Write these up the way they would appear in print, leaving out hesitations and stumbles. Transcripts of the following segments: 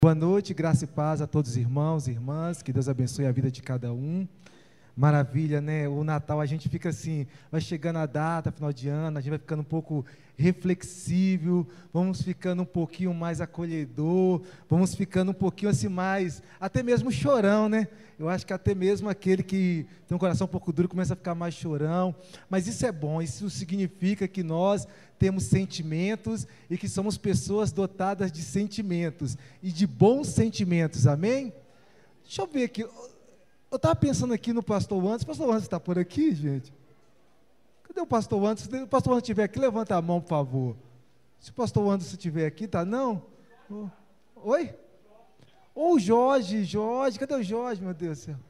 Boa noite, graça e paz a todos os irmãos e irmãs, que Deus abençoe a vida de cada um. Maravilha, né? O Natal a gente fica assim, vai chegando a data, final de ano, a gente vai ficando um pouco reflexível, vamos ficando um pouquinho mais acolhedor, vamos ficando um pouquinho assim mais, até mesmo chorão, né? Eu acho que até mesmo aquele que tem um coração um pouco duro começa a ficar mais chorão, mas isso é bom, isso significa que nós temos sentimentos e que somos pessoas dotadas de sentimentos e de bons sentimentos, amém? Deixa eu ver aqui. Eu estava pensando aqui no pastor Anderson. O pastor Anderson está por aqui, gente? Cadê o pastor Anderson? Se o pastor Anderson estiver aqui, levanta a mão, por favor. Se o pastor Anderson estiver aqui, tá? Não? Oi? Ou o Jorge, cadê o Jorge, meu Deus do céu?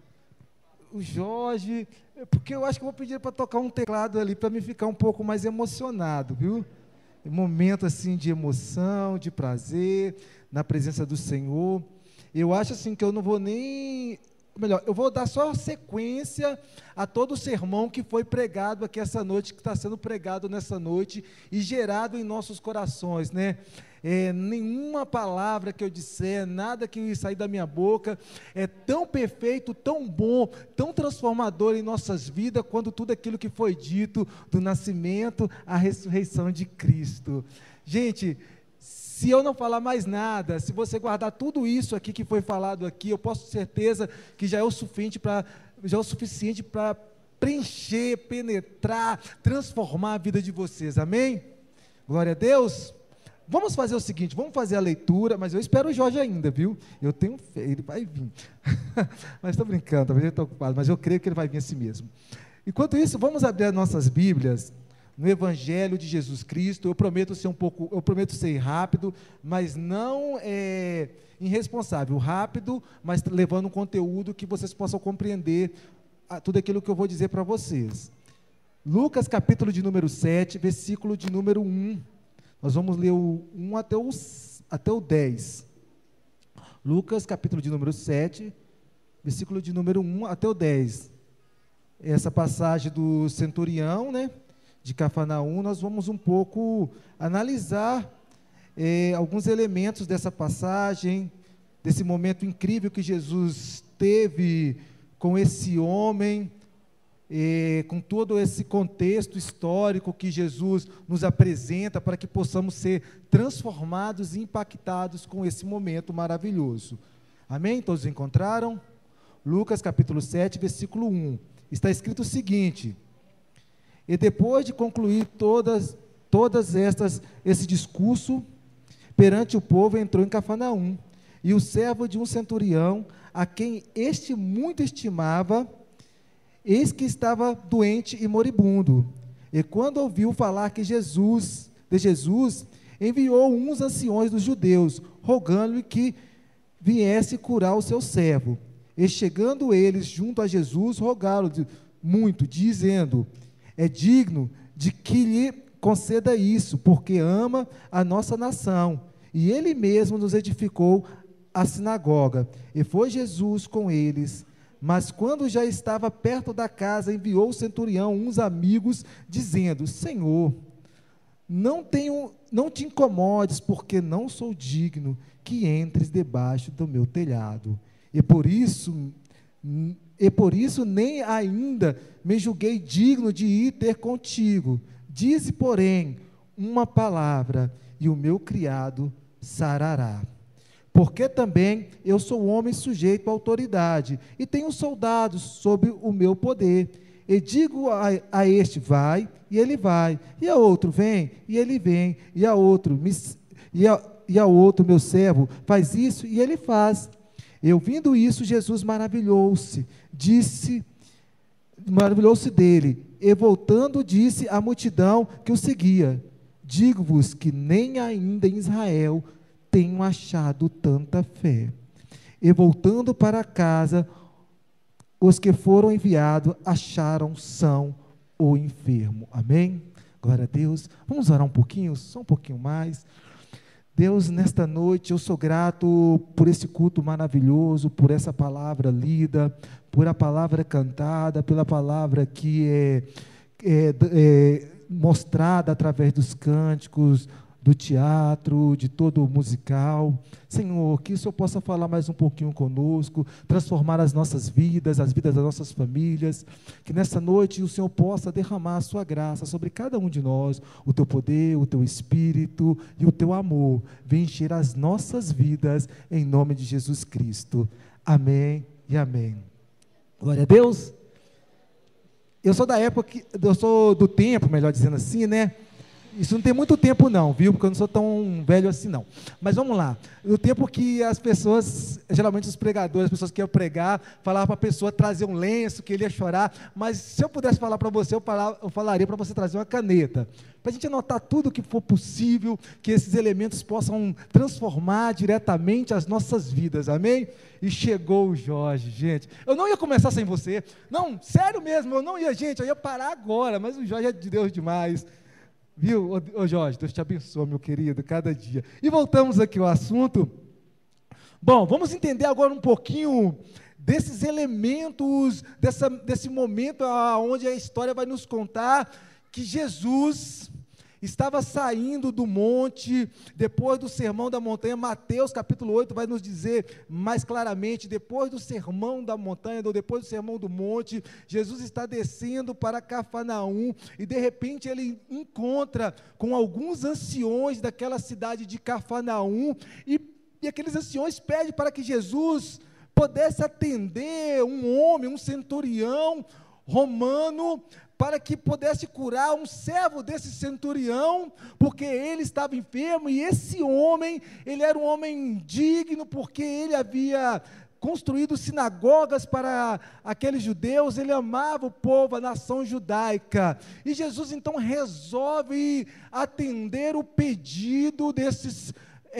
O Jorge, porque eu acho que eu vou pedir para tocar um teclado ali, para me ficar um pouco mais emocionado, viu? Um momento assim de emoção, de prazer, na presença do Senhor. Eu acho assim que eu não vou nem... Melhor, eu vou dar só sequência a todo o sermão que foi pregado aqui essa noite, que está sendo pregado nessa noite e gerado em nossos corações, né? Nenhuma palavra que eu disser, nada que sair da minha boca é tão perfeito, tão bom, tão transformador em nossas vidas, quanto tudo aquilo que foi dito do nascimento à ressurreição de Cristo. Gente, se eu não falar mais nada, se você guardar tudo isso aqui que foi falado aqui, eu posso ter certeza que já é o suficiente para preencher, penetrar, transformar a vida de vocês, amém? Glória a Deus. Vamos fazer o seguinte, vamos fazer a leitura, mas eu espero o Jorge ainda, viu? Eu tenho fé, ele vai vir. Mas estou brincando, talvez ele estou ocupado, mas eu creio que ele vai vir assim mesmo. Enquanto isso, vamos abrir as nossas Bíblias no Evangelho de Jesus Cristo. Eu prometo ser rápido, mas não irresponsável, rápido, mas levando um conteúdo que vocês possam compreender tudo aquilo que eu vou dizer para vocês. Lucas, capítulo de número 7, versículo de número 1. Nós vamos ler o 1 até o 10. Lucas, capítulo de número 7, versículo de número 1 até o 10. Essa passagem do centurião, né? De Cafarnaum, nós vamos um pouco analisar alguns elementos dessa passagem, desse momento incrível que Jesus teve com esse homem, com todo esse contexto histórico que Jesus nos apresenta para que possamos ser transformados e impactados com esse momento maravilhoso. Amém? Todos encontraram? Lucas capítulo 7, versículo 1. Está escrito o seguinte: e depois de concluir esse discurso perante o povo, entrou em Cafarnaum, e o servo de um centurião, a quem este muito estimava, eis que estava doente e moribundo. E quando ouviu falar de Jesus, enviou uns anciões dos judeus, rogando-lhe que viesse curar o seu servo. E chegando eles junto a Jesus, rogaram-lhe muito, dizendo: é digno de que lhe conceda isso, porque ama a nossa nação, e ele mesmo nos edificou a sinagoga. E foi Jesus com eles. Mas quando já estava perto da casa, enviou o centurião uns amigos, dizendo: Senhor, não te incomodes, porque não sou digno que entres debaixo do meu telhado. E por isso nem ainda me julguei digno de ir ter contigo. Dize, porém, uma palavra, e o meu criado sarará. Porque também eu sou homem sujeito à autoridade, e tenho soldados sob o meu poder. E digo a este, vai, e ele vai. E a outro, vem, e ele vem. E a outro, meu servo, faz isso, e ele faz. E ouvindo isso, Jesus maravilhou-se dele, e voltando disse à multidão que o seguia: digo-vos que nem ainda em Israel tenho achado tanta fé. E voltando para casa, os que foram enviados acharam são o enfermo. Amém? Glória a Deus. Vamos orar um pouquinho, só um pouquinho mais. Deus, nesta noite eu sou grato por esse culto maravilhoso, por essa palavra lida, por a palavra cantada, pela palavra que é mostrada através dos cânticos, do teatro, de todo o musical. Senhor, que o Senhor possa falar mais um pouquinho conosco, transformar as nossas vidas, as vidas das nossas famílias, que nessa noite o Senhor possa derramar a sua graça sobre cada um de nós, o teu poder, o teu espírito e o teu amor, vem encher as nossas vidas, em nome de Jesus Cristo. Amém e amém. Glória a Deus. Eu sou da época, eu sou do tempo, melhor dizendo assim, né? Isso não tem muito tempo não, viu? Porque eu não sou tão velho assim não. Mas vamos lá. No tempo que as pessoas, geralmente os pregadores, as pessoas que iam pregar, falavam para a pessoa trazer um lenço, que ele ia chorar. Mas se eu pudesse falar para você, eu falaria para você trazer uma caneta. Para a gente anotar tudo o que for possível, que esses elementos possam transformar diretamente as nossas vidas, amém? E chegou o Jorge, gente. Eu não ia começar sem você. Não, sério mesmo, eu não ia, gente, eu ia parar agora, mas o Jorge é de Deus demais. Viu, ô Jorge, Deus te abençoe, meu querido, cada dia. E voltamos aqui ao assunto. Bom, vamos entender agora um pouquinho desses elementos, desse momento onde a história vai nos contar que Jesus estava saindo do monte, depois do sermão da montanha. Mateus capítulo 8 vai nos dizer mais claramente, depois do sermão da montanha, ou depois do sermão do monte, Jesus está descendo para Cafarnaum, e de repente ele encontra com alguns anciões daquela cidade de Cafarnaum, e aqueles anciões pedem para que Jesus pudesse atender um homem, um centurião romano, para que pudesse curar um servo desse centurião, porque ele estava enfermo, e esse homem, ele era um homem digno, porque ele havia construído sinagogas para aqueles judeus, ele amava o povo, a nação judaica, e Jesus então resolve atender o pedido desses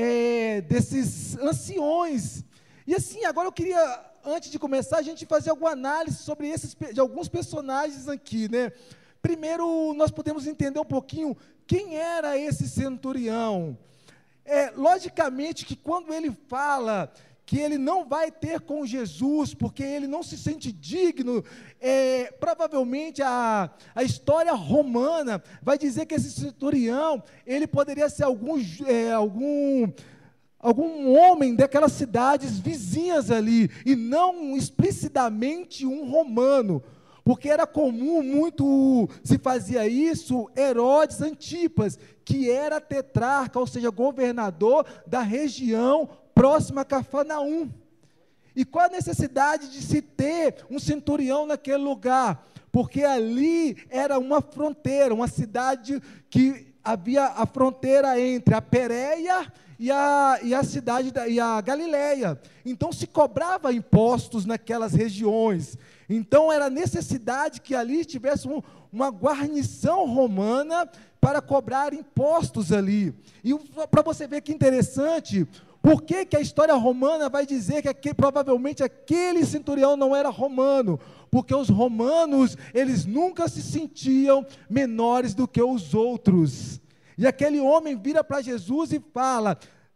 anciões. E assim, agora eu queria, antes de começar, a gente fazer alguma análise sobre de alguns personagens aqui, né? Primeiro, nós podemos entender um pouquinho quem era esse centurião. Logicamente que quando ele fala que ele não vai ter com Jesus, porque ele não se sente digno, provavelmente a história romana vai dizer que esse centurião, ele poderia ser algum homem daquelas cidades vizinhas ali, e não explicitamente um romano, porque era comum, muito se fazia isso, Herodes Antipas, que era tetrarca, ou seja, governador da região próxima a Cafarnaum. E qual a necessidade de se ter um centurião naquele lugar? Porque ali era uma fronteira, uma cidade que havia a fronteira entre a Pérea e a cidade e a Galileia. Então se cobrava impostos naquelas regiões. Então era necessidade que ali tivesse uma guarnição romana para cobrar impostos ali. E para você ver que interessante, por que a história romana vai dizer que provavelmente aquele centurião não era romano? Porque os romanos, eles nunca se sentiam menores do que os outros. E aquele homem vira para Jesus e fala,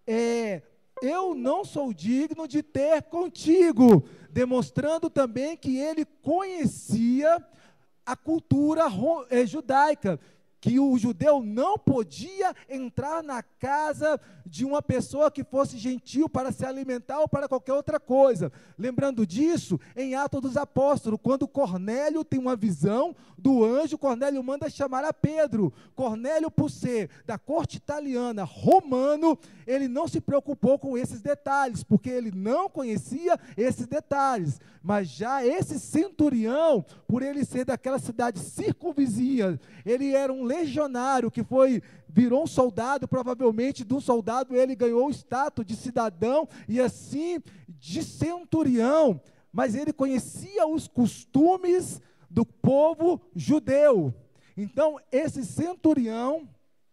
eu não sou digno de ter contigo, demonstrando também que ele conhecia a cultura judaica, que o judeu não podia entrar na casa de uma pessoa que fosse gentil para se alimentar ou para qualquer outra coisa. Lembrando disso, em Atos dos Apóstolos, quando Cornélio tem uma visão do anjo, Cornélio manda chamar a Pedro. Cornélio, por ser da corte italiana, romano, ele não se preocupou com esses detalhes, porque ele não conhecia esses detalhes. Mas já esse centurião, por ele ser daquela cidade circunvizinha, ele era um legionário que virou um soldado, provavelmente de um soldado ele ganhou o status de cidadão e assim de centurião, mas ele conhecia os costumes do povo judeu. Então esse centurião,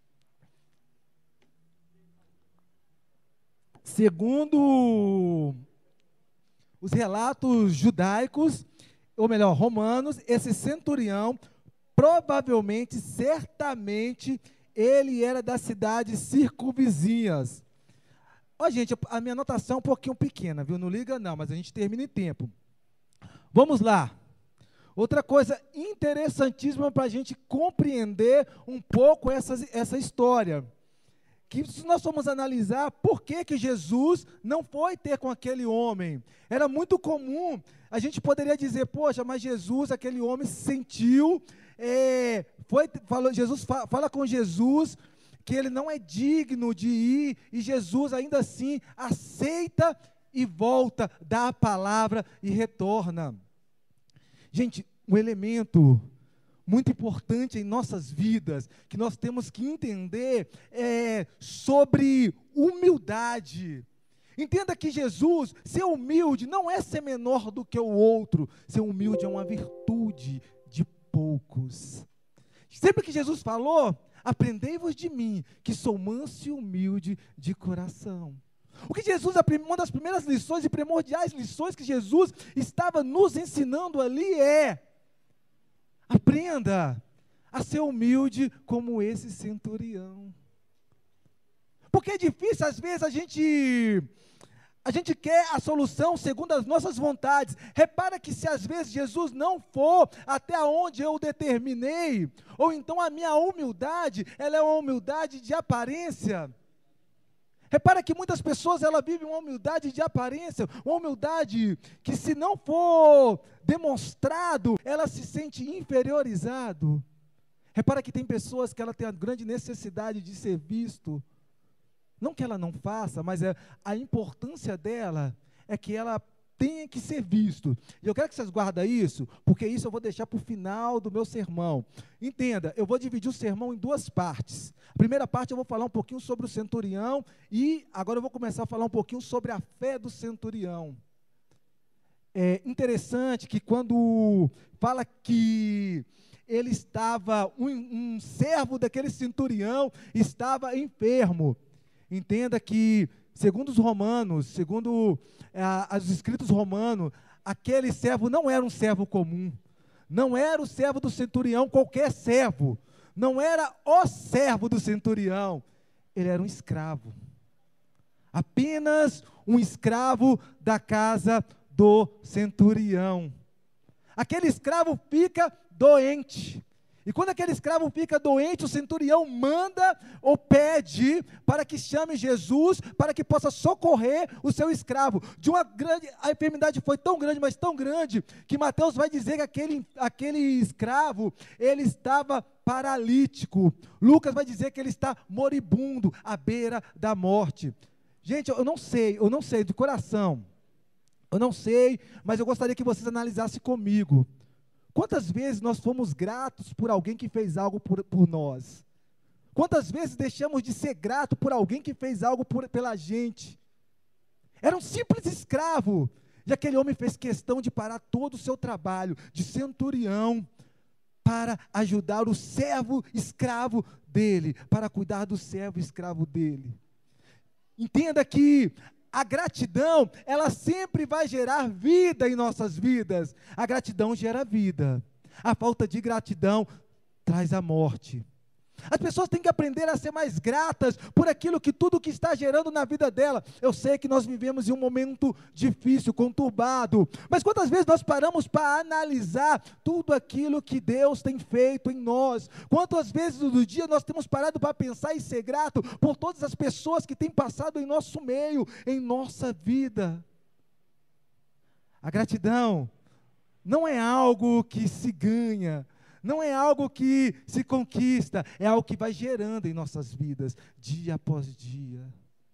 segundo os relatos judaicos, ou melhor, romanos, esse centurião, provavelmente, certamente, ele era das cidades circunvizinhas. Ó, gente, a minha anotação é um pouquinho pequena, viu? Não liga não, mas a gente termina em tempo. Vamos lá. Outra coisa interessantíssima para a gente compreender um pouco essa história, que se nós formos analisar por que Jesus não foi ter com aquele homem, era muito comum, a gente poderia dizer, poxa, mas Jesus, aquele homem se sentiu, Jesus fala com Jesus, que ele não é digno de ir, e Jesus ainda assim aceita e volta, dá a palavra e retorna. Gente, um elemento muito importante em nossas vidas, que nós temos que entender, é sobre humildade. Entenda que Jesus, ser humilde, não é ser menor do que o outro, ser humilde é uma virtude de poucos. Sempre que Jesus falou, aprendei-vos de mim, que sou manso e humilde de coração. O que Jesus, uma das primeiras lições e primordiais lições que Jesus estava nos ensinando ali aprenda a ser humilde como esse centurião. Porque é difícil, às vezes, a gente quer a solução segundo as nossas vontades. Repara que se às vezes Jesus não for até onde eu determinei, ou então a minha humildade, ela é uma humildade de aparência. Repara que muitas pessoas, elas vivem uma humildade de aparência, uma humildade que se não for demonstrado, ela se sente inferiorizado. Repara que tem pessoas que ela tem a grande necessidade de ser visto. Não que ela não faça, mas a importância dela é que ela tenha que ser visto. E eu quero que vocês guardem isso, porque isso eu vou deixar para o final do meu sermão. Entenda, eu vou dividir o sermão em duas partes. A primeira parte eu vou falar um pouquinho sobre o centurião, e agora eu vou começar a falar um pouquinho sobre a fé do centurião. É interessante que quando fala que ele estava, um servo daquele centurião estava enfermo. Entenda que, segundo os romanos, segundo os escritos romanos, aquele servo não era um servo comum, não era o servo do centurião, qualquer servo, não era o servo do centurião, ele era um escravo, apenas um escravo da casa do centurião. Aquele escravo fica doente. E quando aquele escravo fica doente, o centurião manda ou pede para que chame Jesus, para que possa socorrer o seu escravo. A enfermidade foi tão grande, mas tão grande, que Mateus vai dizer que aquele escravo, ele estava paralítico. Lucas vai dizer que ele está moribundo, à beira da morte. Gente, eu não sei de coração, eu não sei, mas eu gostaria que vocês analisassem comigo. Quantas vezes nós fomos gratos por alguém que fez algo por nós? Quantas vezes deixamos de ser grato por alguém que fez algo pela gente? Era um simples escravo, e aquele homem fez questão de parar todo o seu trabalho de centurião para ajudar o servo escravo dele, para cuidar do servo escravo dele. Entenda que a gratidão, ela sempre vai gerar vida em nossas vidas. A gratidão gera vida. A falta de gratidão traz a morte. As pessoas têm que aprender a ser mais gratas por tudo que está gerando na vida dela. Eu sei que nós vivemos em um momento difícil, conturbado, mas quantas vezes nós paramos para analisar tudo aquilo que Deus tem feito em nós? Quantas vezes no dia nós temos parado para pensar e ser grato por todas as pessoas que têm passado em nosso meio, em nossa vida? A gratidão não é algo que se ganha, não é algo que se conquista, é algo que vai gerando em nossas vidas, dia após dia.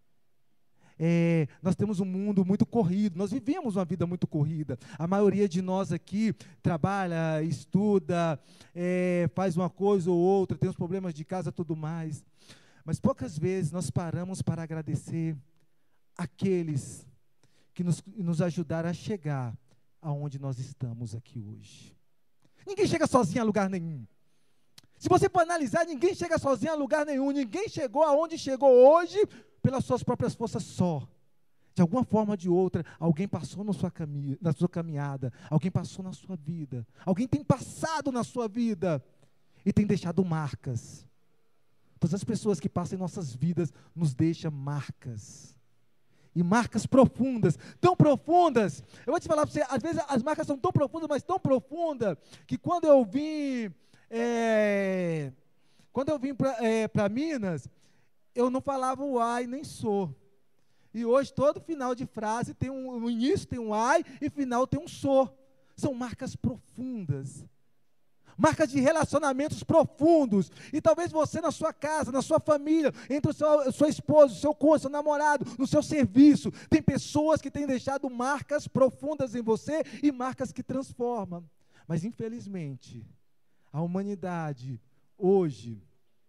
Nós temos um mundo muito corrido, nós vivemos uma vida muito corrida. A maioria de nós aqui trabalha, estuda, faz uma coisa ou outra, tem os problemas de casa e tudo mais. Mas poucas vezes nós paramos para agradecer aqueles que nos ajudaram a chegar aonde nós estamos aqui hoje. Ninguém chega sozinho a lugar nenhum. Se você for analisar, ninguém chega sozinho a lugar nenhum. Ninguém chegou aonde chegou hoje pelas suas próprias forças só. De alguma forma ou de outra, alguém passou na sua caminhada, alguém passou na sua vida, alguém tem passado na sua vida e tem deixado marcas. Todas as pessoas que passam em nossas vidas nos deixam marcas. E marcas profundas, tão profundas. Eu vou te falar para você, às vezes as marcas são tão profundas, mas tão profundas, que quando eu vim para Minas, eu não falava o ai nem sou. E hoje todo final de frase tem no início tem um ai e final tem um sou. São marcas profundas. Marcas de relacionamentos profundos. E talvez você na sua casa, na sua família, entre o seu esposo, o seu cônjuge, seu namorado, no seu serviço, tem pessoas que têm deixado marcas profundas em você e marcas que transformam. Mas infelizmente, a humanidade hoje,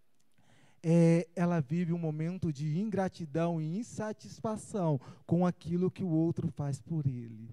ela vive um momento de ingratidão e insatisfação com aquilo que o outro faz por ele.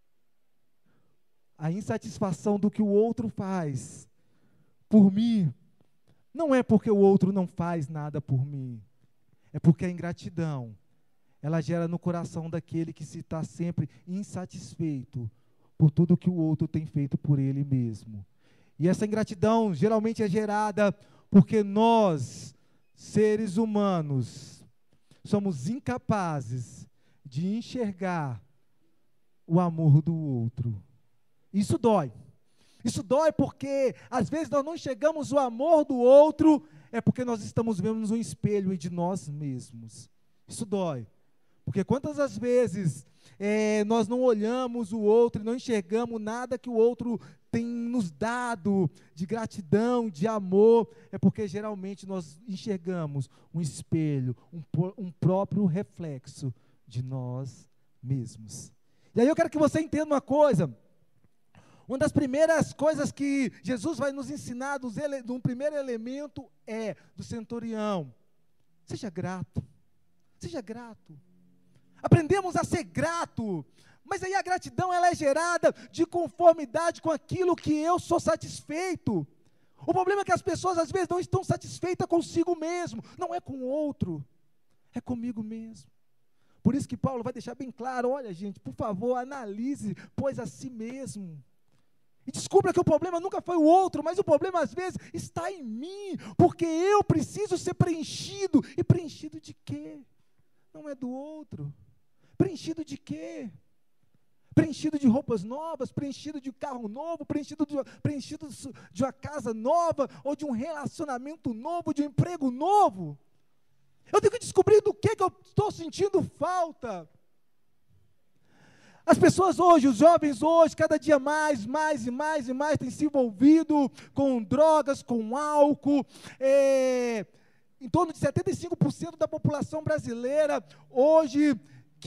A insatisfação do que o outro faz por mim, não é porque o outro não faz nada por mim, é porque a ingratidão, ela gera no coração daquele que se está sempre insatisfeito por tudo que o outro tem feito por ele mesmo. E essa ingratidão geralmente é gerada porque nós, seres humanos, somos incapazes de enxergar o amor do outro. Isso dói. Isso dói porque, às vezes, nós não enxergamos o amor do outro, é porque nós estamos vendo um espelho de nós mesmos. Isso dói. Porque quantas as vezes nós não olhamos o outro e não enxergamos nada que o outro tem nos dado de gratidão, de amor, é porque geralmente nós enxergamos um espelho, um próprio reflexo de nós mesmos. E aí eu quero que você entenda uma coisa. Uma das primeiras coisas que Jesus vai nos ensinar, do primeiro elemento, do centurião. Seja grato. Seja grato. Aprendemos a ser grato. Mas aí a gratidão, ela é gerada de conformidade com aquilo que eu sou satisfeito. O problema é que as pessoas, às vezes, não estão satisfeitas consigo mesmo. Não é com o outro. É comigo mesmo. Por isso que Paulo vai deixar bem claro, olha, gente, por favor, analise, pois a si mesmo. E descubra que o problema nunca foi o outro, mas o problema às vezes está em mim, porque eu preciso ser preenchido. E preenchido de quê? Não é do outro. Preenchido de quê? Preenchido de roupas novas, preenchido de carro novo, preenchido de uma casa nova, ou de um relacionamento novo, de um emprego novo. Eu tenho que descobrir do que eu estou sentindo falta. As pessoas hoje, os jovens hoje, cada dia mais têm se envolvido com drogas, com álcool. Em torno de 75% da população brasileira hoje,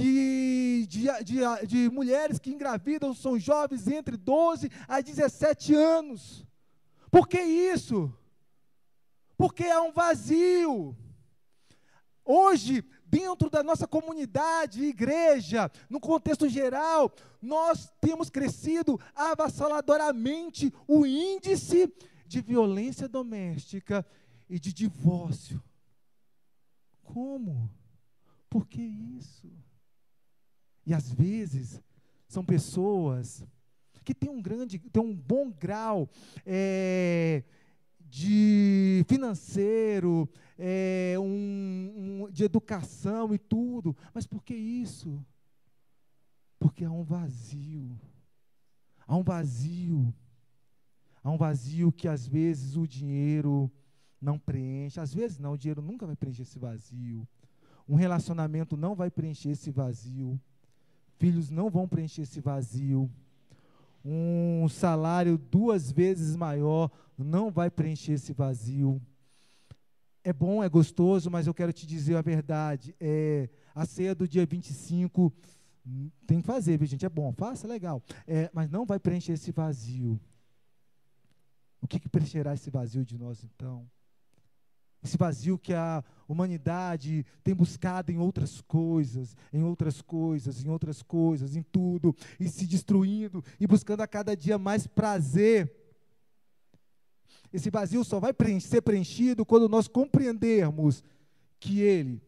de mulheres que engravidam, são jovens entre 12 a 17 anos. Por que isso? Porque há um vazio. Hoje, dentro da nossa comunidade, igreja, no contexto geral, nós temos crescido avassaladoramente o índice de violência doméstica e de divórcio. Como? Por que isso? E às vezes, são pessoas que têm um bom grau de financeiro, de educação e tudo. Mas por que isso? Porque há um vazio. Há um vazio. Há um vazio que às vezes o dinheiro não preenche. Às vezes não, o dinheiro nunca vai preencher esse vazio. Um relacionamento não vai preencher esse vazio. Filhos não vão preencher esse vazio. Um salário 2 vezes maior não vai preencher esse vazio. É bom, é gostoso, mas eu quero te dizer a verdade. A ceia do dia 25, tem que fazer, viu, gente? É bom, faça, legal. Mas não vai preencher esse vazio. O que preencherá esse vazio de nós, então? Esse vazio que a humanidade tem buscado em outras coisas, em tudo, e se destruindo, e buscando a cada dia mais prazer. Esse vazio só vai ser preenchido quando nós compreendermos que Ele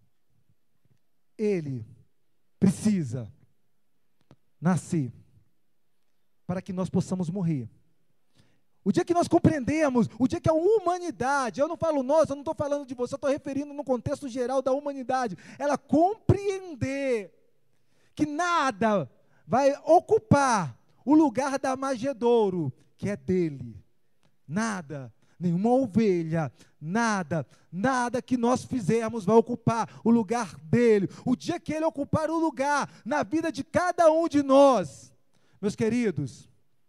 precisa nascer para que nós possamos morrer. O dia que nós compreendemos, o dia que a humanidade, eu não falo nós, eu não estou falando de você, eu estou referindo no contexto geral da humanidade, ela compreender que nada vai ocupar o lugar da manjedouro, que é dele. Nada nenhuma ovelha, nada que nós fizermos vai ocupar o lugar dele. O dia que ele ocupar o lugar na vida de cada um de nós, meus queridos,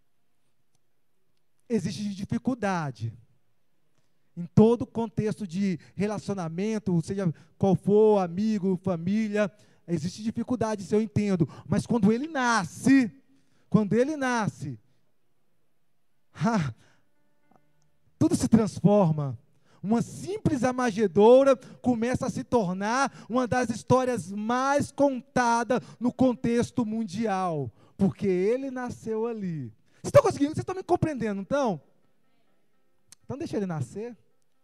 existe dificuldade. Em todo contexto de relacionamento, seja qual for, amigo, família, existe dificuldade, isso eu entendo. Mas quando ele nasce, tudo se transforma. Uma simples manjedoura começa a se tornar uma das histórias mais contadas no contexto mundial, porque ele nasceu ali. Vocês estão conseguindo? Vocês estão me compreendendo, então? Então deixa ele nascer.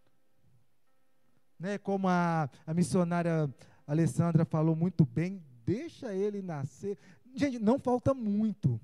Né, como a missionária Alessandra falou muito bem, deixa ele nascer. Gente, não falta muito.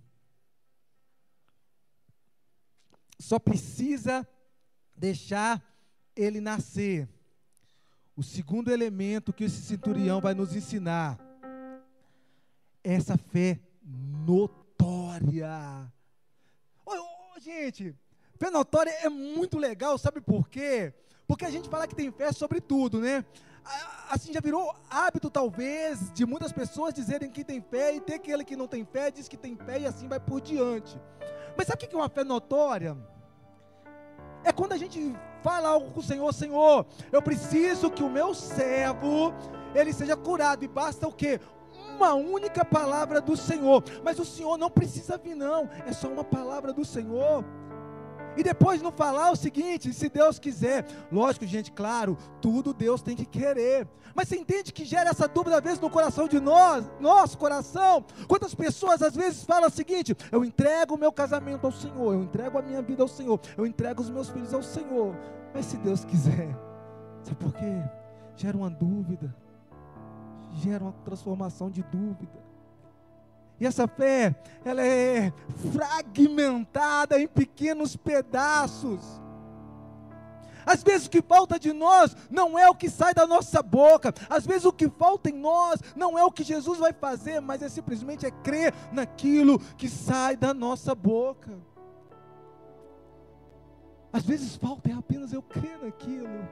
Só precisa deixar ele nascer. O segundo elemento que esse centurião vai nos ensinar é essa fé notória. Gente, fé notória é muito legal, sabe por quê? Porque a gente fala que tem fé sobre tudo, né? Assim, já virou hábito, talvez, de muitas pessoas dizerem que tem fé, e ter aquele que não tem fé, diz que tem fé, e assim vai por diante. Mas sabe o que é uma fé notória? É quando a gente fala algo com o Senhor: Senhor, eu preciso que o meu servo, ele seja curado, e basta o quê? Uma única palavra do Senhor. Mas o Senhor não precisa vir, não, é só uma palavra do Senhor. E depois não falar o seguinte: se Deus quiser. Lógico, gente, claro, tudo Deus tem que querer. Mas você entende que gera essa dúvida às vezes no coração de nosso coração? Quantas pessoas às vezes falam o seguinte: eu entrego o meu casamento ao Senhor, eu entrego a minha vida ao Senhor, eu entrego os meus filhos ao Senhor. Mas se Deus quiser, sabe por quê? Gera uma dúvida, gera uma transformação de dúvida. E essa fé, ela é fragmentada em pequenos pedaços. Às vezes o que falta de nós não é o que sai da nossa boca. Às vezes o que falta em nós não é o que Jesus vai fazer, mas é simplesmente crer naquilo que sai da nossa boca. Às vezes falta apenas eu crer naquilo.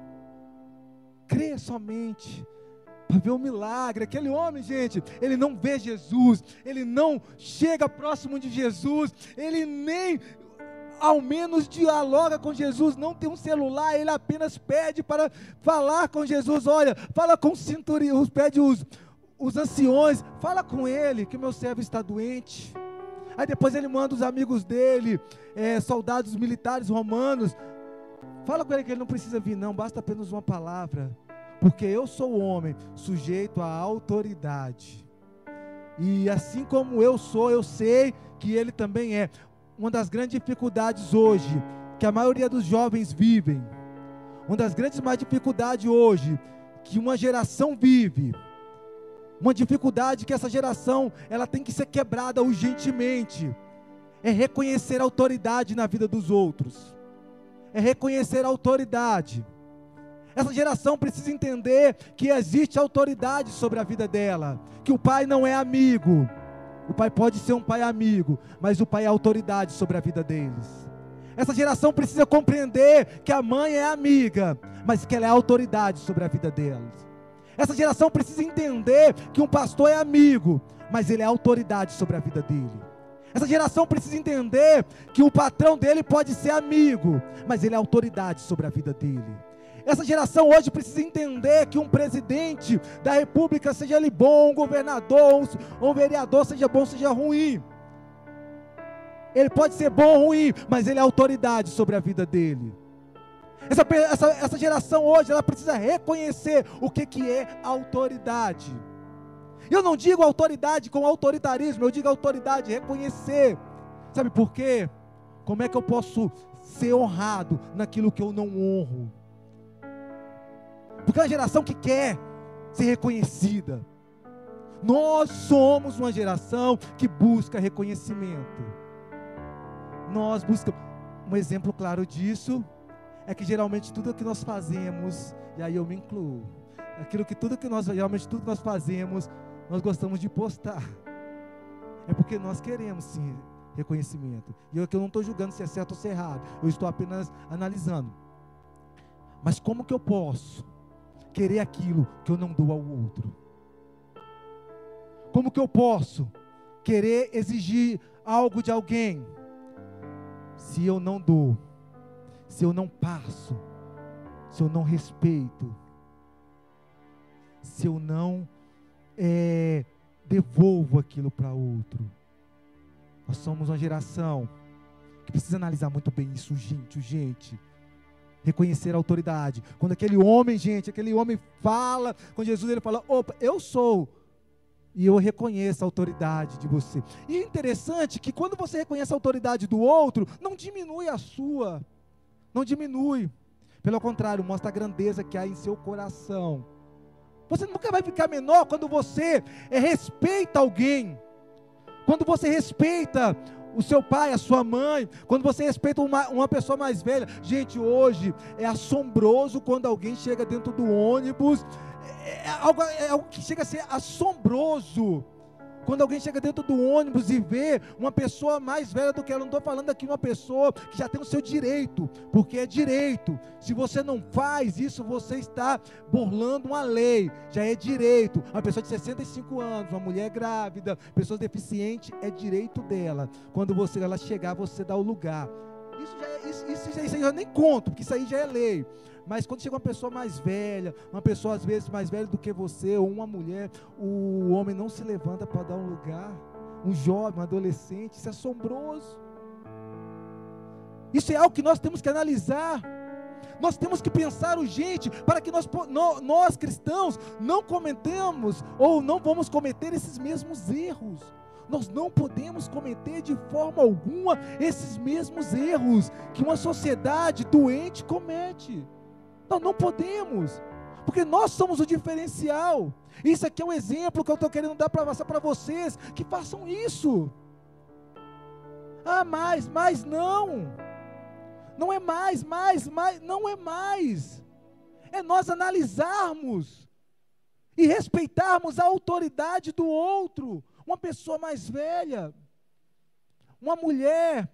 Crer somente para ver o milagre. Aquele homem, gente, ele não vê Jesus, ele não chega próximo de Jesus, ele nem ao menos dialoga com Jesus, não tem um celular, ele apenas pede para falar com Jesus. Olha, fala com o centurião, pede os anciões, fala com ele, que o meu servo está doente. Aí depois ele manda os amigos dele, soldados militares romanos, fala com ele que ele não precisa vir não, basta apenas uma palavra. Porque eu sou o homem sujeito à autoridade. E assim como eu sou, eu sei que ele também é. Uma das grandes dificuldades hoje, que a maioria dos jovens vivem, uma das grandes mais dificuldades hoje, que uma geração vive, uma dificuldade que essa geração, ela tem que ser quebrada urgentemente, é reconhecer a autoridade na vida dos outros. É reconhecer a autoridade. Essa geração precisa entender que existe autoridade sobre a vida dela, que o pai não é amigo. O pai pode ser um pai amigo, mas o pai é autoridade sobre a vida deles. Essa geração precisa compreender que a mãe é amiga, mas que ela é autoridade sobre a vida deles. Essa geração precisa entender que um pastor é amigo, mas ele é autoridade sobre a vida dele. Essa geração precisa entender que o patrão dele pode ser amigo, mas ele é autoridade sobre a vida dele. Essa geração hoje precisa entender que um presidente da república, seja ele bom, um governador, um vereador, seja bom, seja ruim, ele pode ser bom ou ruim, mas ele é autoridade sobre a vida dele. Essa geração hoje, ela precisa reconhecer o que é autoridade. Eu não digo autoridade com autoritarismo, eu digo autoridade, reconhecer. Sabe por quê? Como é que eu posso ser honrado naquilo que eu não honro? Porque é uma geração que quer ser reconhecida. Nós somos uma geração que busca reconhecimento. Nós buscamos. Um exemplo claro disso é que geralmente tudo que nós fazemos, e aí eu me incluo, geralmente tudo que nós fazemos, nós gostamos de postar. É porque nós queremos sim reconhecimento. E eu não estou julgando se é certo ou se é errado, eu estou apenas analisando. Mas como que eu posso querer aquilo que eu não dou ao outro? Como que eu posso querer exigir algo de alguém se eu não dou, se eu não passo, se eu não respeito, se eu não devolvo aquilo para outro? Nós somos uma geração que precisa analisar muito bem isso, gente. Reconhecer a autoridade. Quando aquele homem fala, quando Jesus ele fala, opa, eu sou, e eu reconheço a autoridade de você. E é interessante que quando você reconhece a autoridade do outro, não diminui a sua, não diminui. Pelo contrário, mostra a grandeza que há em seu coração. Você nunca vai ficar menor quando você respeita alguém. Quando você respeita o seu pai, a sua mãe, quando você respeita uma pessoa mais velha. Gente, hoje é assombroso quando alguém chega dentro do ônibus, é algo que chega a ser assombroso, quando alguém chega dentro do ônibus e vê uma pessoa mais velha do que ela. Não estou falando aqui uma pessoa que já tem o seu direito, porque é direito. Se você não faz isso, você está burlando uma lei, já é direito. Uma pessoa de 65 anos, uma mulher grávida, pessoa deficiente, é direito dela. Quando ela chegar, você dá o lugar. Isso aí eu nem conto, porque isso aí já é lei. Mas quando chega uma pessoa mais velha, uma pessoa às vezes mais velha do que você, ou uma mulher, o homem não se levanta para dar um lugar. Um jovem, um adolescente, isso é assombroso. Isso é algo que nós temos que analisar. Nós temos que pensar urgente, para que nós cristãos não cometamos, ou não vamos cometer esses mesmos erros. Nós não podemos cometer de forma alguma esses mesmos erros que uma sociedade doente comete. Nós não podemos, porque nós somos o diferencial. Isso aqui é um exemplo que eu estou querendo dar para passar para vocês, que façam isso. Mas não é mais, não é mais. É nós analisarmos e respeitarmos a autoridade do outro. Uma pessoa mais velha, uma mulher.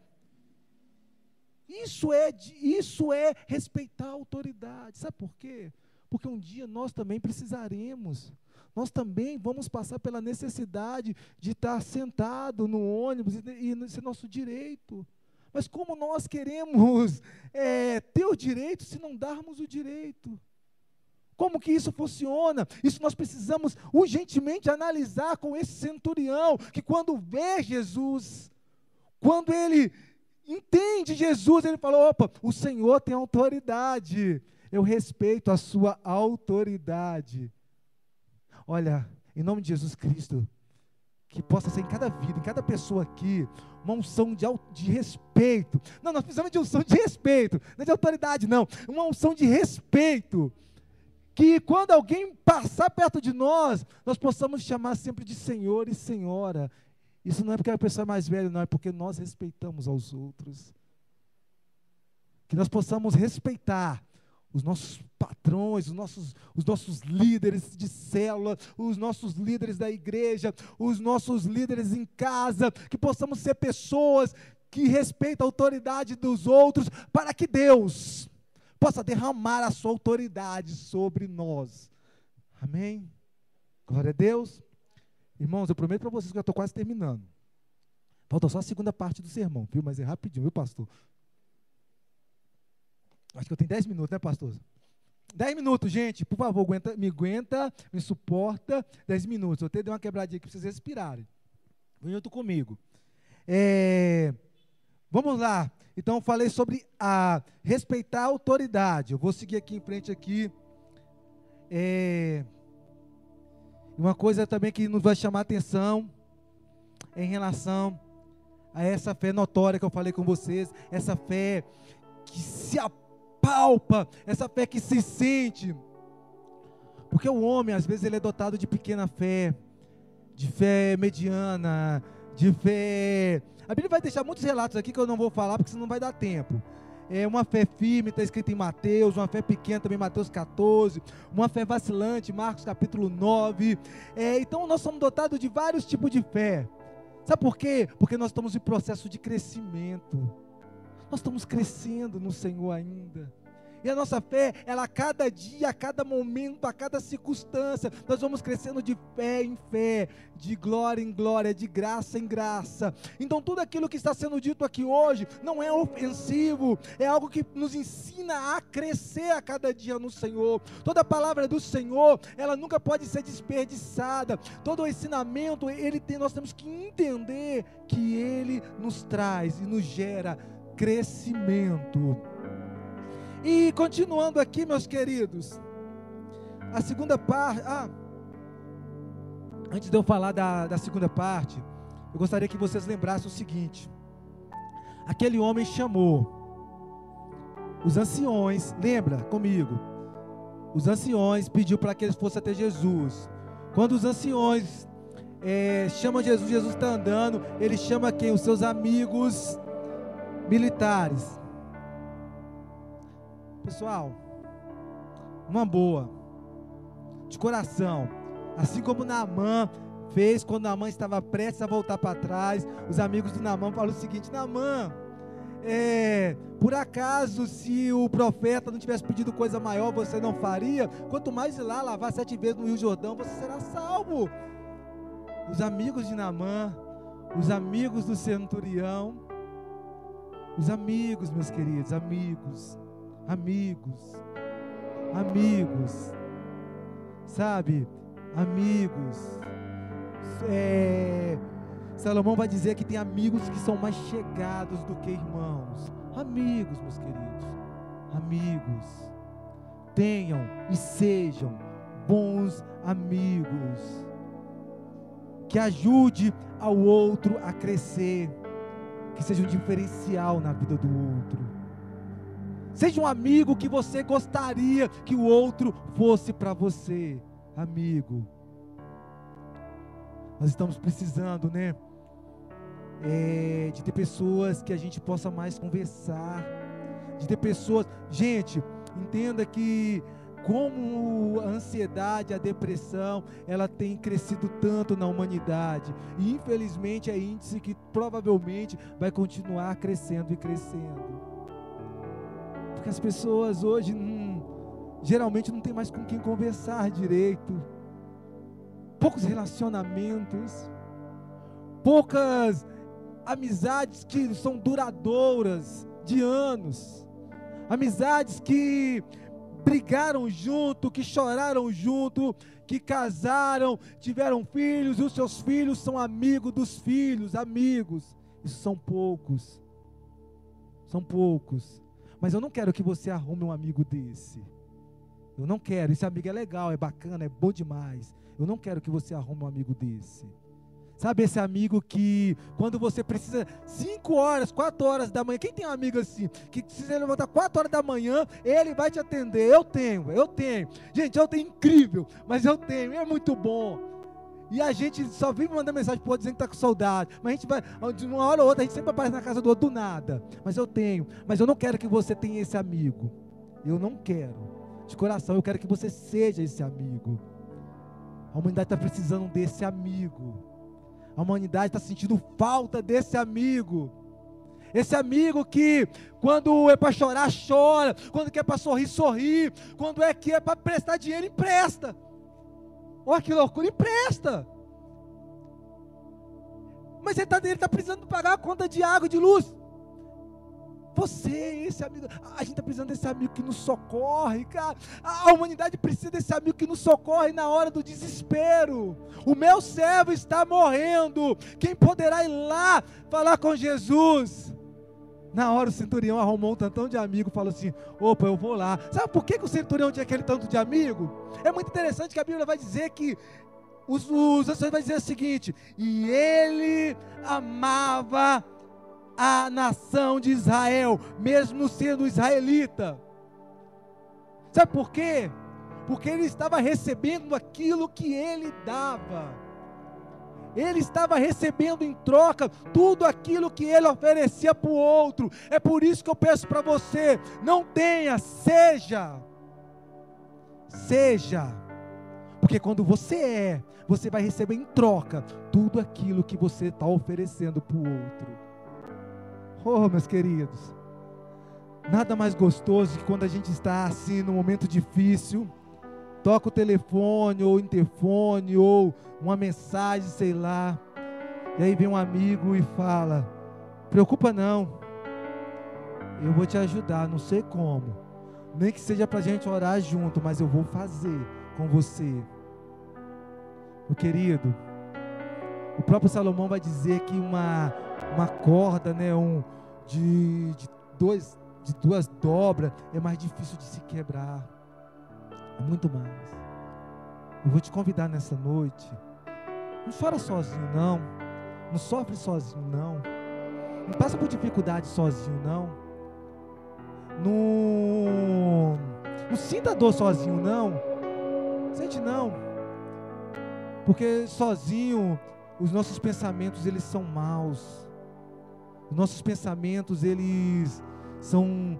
Isso é respeitar a autoridade. Sabe por quê? Porque um dia nós também precisaremos. Nós também vamos passar pela necessidade de estar sentado no ônibus e ser nosso direito. Mas como nós queremos ter o direito se não darmos o direito? Como que isso funciona? Isso nós precisamos urgentemente analisar com esse centurião, que quando vê Jesus, quando ele entende Jesus, ele falou, opa, o Senhor tem autoridade, eu respeito a sua autoridade. Olha, em nome de Jesus Cristo, que possa ser em cada vida, em cada pessoa aqui, uma unção de respeito. Não, nós precisamos de unção de respeito, não é de autoridade não, uma unção de respeito, que quando alguém passar perto de nós possamos chamar sempre de Senhor e Senhora. Isso não é porque a pessoa é mais velha, não, é porque nós respeitamos aos outros. Que nós possamos respeitar os nossos patrões, os nossos líderes de célula, os nossos líderes da igreja, os nossos líderes em casa, que possamos ser pessoas que respeitam a autoridade dos outros, para que Deus possa derramar a sua autoridade sobre nós. Amém? Glória a Deus. Irmãos, eu prometo para vocês que eu estou quase terminando. Falta só a segunda parte do sermão, viu? Mas é rapidinho, viu, pastor? Acho que eu tenho 10 minutos, né, pastor? 10 minutos, gente, por favor, me suporta 10 minutos. Eu até dei uma quebradinha aqui para vocês respirarem. Vem junto comigo. Vamos lá. Então, eu falei sobre respeitar a autoridade. Eu vou seguir aqui em frente aqui. Uma coisa também que nos vai chamar a atenção em relação a essa fé notória que eu falei com vocês, essa fé que se apalpa, essa fé que se sente, porque o homem às vezes ele é dotado de pequena fé, de fé mediana, de fé, a Bíblia vai deixar muitos relatos aqui que eu não vou falar porque senão não vai dar tempo. Uma fé firme, está escrito em Mateus, uma fé pequena também, Mateus 14, uma fé vacilante, Marcos capítulo 9, então nós somos dotados de vários tipos de fé, Sabe por quê? Porque nós estamos em processo de crescimento. Nós estamos crescendo no Senhor ainda. E a nossa fé, ela a cada dia, a cada momento, a cada circunstância, nós vamos crescendo de fé em fé, de glória em glória, de graça em graça. Então tudo aquilo que está sendo dito aqui hoje, não é ofensivo, é algo que nos ensina a crescer a cada dia no Senhor. Toda a palavra do Senhor, ela nunca pode ser desperdiçada. Todo o ensinamento, nós temos que entender que Ele nos traz e nos gera crescimento. E continuando aqui, meus queridos, a segunda parte, antes de eu falar da segunda parte, eu gostaria que vocês lembrassem o seguinte: aquele homem chamou os anciões, lembra comigo, os anciões pediu para que eles fossem até Jesus. Quando os anciões chamam Jesus, Jesus está andando, ele chama quem? Os seus amigos militares. Pessoal, uma boa, de coração, assim como Naamã fez quando Naamã estava prestes a voltar para trás, os amigos do Naamã falaram o seguinte: Naamã, por acaso se o profeta não tivesse pedido coisa maior, você não faria? Quanto mais ir lá lavar 7 vezes no Rio Jordão, você será salvo. Os amigos de Naamã, os amigos do centurião, os amigos, meus queridos, amigos, sabe, amigos, Salomão vai dizer que tem amigos que são mais chegados do que irmãos. Amigos, meus queridos, amigos, tenham e sejam bons amigos, que ajude ao outro a crescer, que seja um diferencial na vida do outro. Seja um amigo que você gostaria que o outro fosse para você, amigo. Nós estamos precisando, né? De ter pessoas que a gente possa mais conversar, de ter pessoas. Gente, entenda que como a ansiedade, a depressão, ela tem crescido tanto na humanidade, e infelizmente é índice que provavelmente vai continuar crescendo e crescendo. Porque as pessoas hoje geralmente não tem mais com quem conversar direito, poucos relacionamentos, poucas amizades que são duradouras, de anos, amizades que brigaram junto, que choraram junto, que casaram, tiveram filhos, e os seus filhos são amigos dos filhos, amigos. Isso são poucos, mas eu não quero que você arrume um amigo desse. Eu não quero. Esse amigo é legal, é bacana, é bom demais. Eu não quero que você arrume um amigo desse. Sabe esse amigo que quando você precisa 5 horas, 4 horas da manhã, quem tem um amigo assim, que se você levantar 4 horas da manhã, ele vai te atender? Eu tenho. Gente, eu tenho, incrível, mas eu tenho, é muito bom. E a gente só vive mandando mensagem pro outro dizendo que está com saudade, mas a gente vai, de uma hora ou outra, a gente sempre aparece na casa do outro do nada. Mas eu tenho, mas eu não quero que você tenha esse amigo. Eu não quero, de coração, eu quero que você seja esse amigo. A humanidade está precisando desse amigo. A humanidade está sentindo falta desse amigo. Esse amigo que, quando é para chorar, chora. Quando é para sorrir, sorri. Quando é para prestar dinheiro, empresta. Olha que loucura, empresta. Mas ele está precisando pagar a conta de água e de luz. Você, esse amigo, a gente está precisando desse amigo que nos socorre, cara. A humanidade precisa desse amigo que nos socorre na hora do desespero. O meu servo está morrendo. Quem poderá ir lá falar com Jesus? Na hora o centurião arrumou um tantão de amigo, falou assim: opa, eu vou lá. Sabe por que o centurião tinha aquele tanto de amigo? É muito interessante que a Bíblia vai dizer que os anciões vai dizer o seguinte: e ele amava a nação de Israel, mesmo sendo israelita. Sabe por quê? Porque ele estava recebendo aquilo que ele dava. Ele estava recebendo em troca tudo aquilo que ele oferecia para o outro. É por isso que eu peço para você: não tenha, seja. Porque quando você vai receber em troca tudo aquilo que você está oferecendo para o outro. Oh, meus queridos, nada mais gostoso que quando a gente está assim, num momento difícil, toca o telefone, ou o interfone, ou uma mensagem, sei lá, e aí vem um amigo e fala: preocupa não, eu vou te ajudar, não sei como, nem que seja para a gente orar junto, mas eu vou fazer com você. Meu querido, o próprio Salomão vai dizer que uma corda, né, de duas dobras é mais difícil de se quebrar, é muito mais. Eu vou te convidar nessa noite, não chora sozinho não, não sofre sozinho não, não passa por dificuldade sozinho não, não sinta dor sozinho não, sente não, porque sozinho os nossos pensamentos eles são maus, os nossos pensamentos eles são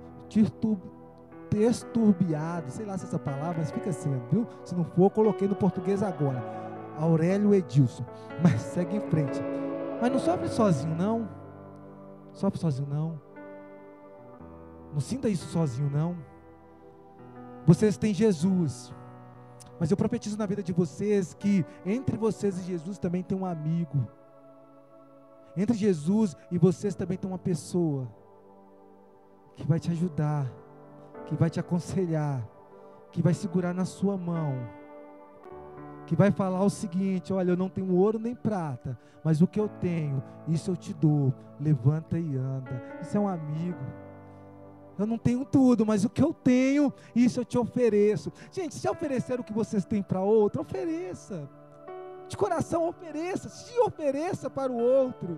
esturbiados, sei lá se essa palavra, mas fica sendo, viu? Se não for, eu coloquei no português agora, Aurélio Edilson, mas segue em frente. Mas não sofre sozinho não, sofre sozinho não, não sinta isso sozinho não. Vocês têm Jesus, mas eu profetizo na vida de vocês que entre vocês e Jesus também tem um amigo, entre Jesus e vocês também tem uma pessoa que vai te ajudar, que vai te aconselhar, que vai segurar na sua mão, que vai falar o seguinte: olha, eu não tenho ouro nem prata, mas o que eu tenho, isso eu te dou, levanta e anda. Isso é um amigo. Eu não tenho tudo, mas o que eu tenho, isso eu te ofereço. Gente, se oferecer o que vocês têm para outro, ofereça, de coração ofereça, se ofereça para o outro.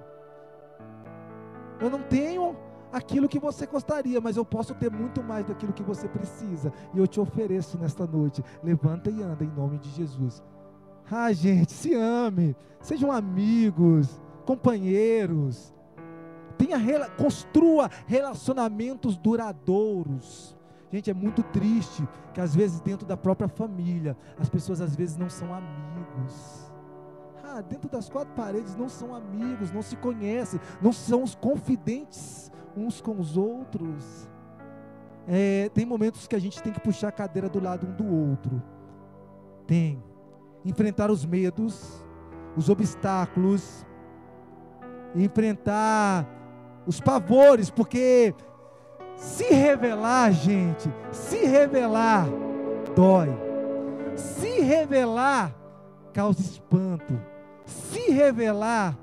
Eu não tenho aquilo que você gostaria, mas eu posso ter muito mais daquilo que você precisa, e eu te ofereço nesta noite. Levanta e anda em nome de Jesus. Gente, se ame, sejam amigos, companheiros, construa relacionamentos duradouros. Gente, é muito triste que às vezes dentro da própria família, as pessoas às vezes não são amigos. Dentro das quatro paredes não são amigos, não se conhecem, não são os confidentes uns com os outros. Tem momentos que a gente tem que puxar a cadeira do lado um do outro. Enfrentar os medos, os obstáculos, enfrentar os pavores, porque se revelar, gente, se revelar dói, se revelar causa espanto, se revelar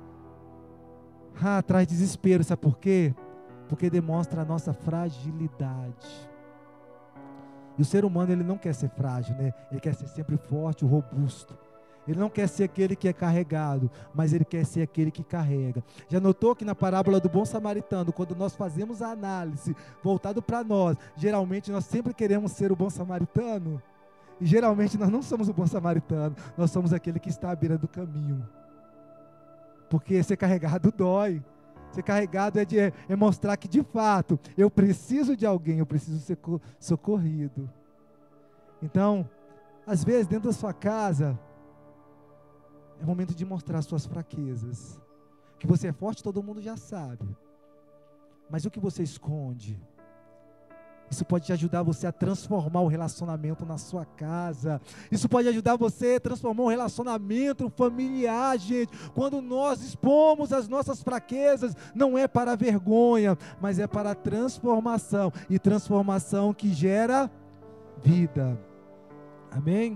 traz desespero. Sabe por quê? Porque demonstra a nossa fragilidade. E o ser humano, ele não quer ser frágil, né? Ele quer ser sempre forte, robusto. Ele não quer ser aquele que é carregado, mas ele quer ser aquele que carrega. Já notou que na parábola do bom samaritano, quando nós fazemos a análise voltado para nós, geralmente nós sempre queremos ser o bom samaritano, e geralmente nós não somos o bom samaritano, nós somos aquele que está à beira do caminho, porque ser carregado dói. Ser carregado é mostrar que de fato eu preciso de alguém, eu preciso ser socorrido. Então, às vezes dentro da sua casa é momento de mostrar suas fraquezas. Que você é forte, todo mundo já sabe. Mas o que você esconde? Isso pode te ajudar você a transformar o relacionamento na sua casa. Isso pode ajudar você a transformar um relacionamento familiar, gente. Quando nós expomos as nossas fraquezas, não é para a vergonha, mas é para a transformação. E transformação que gera vida. Amém?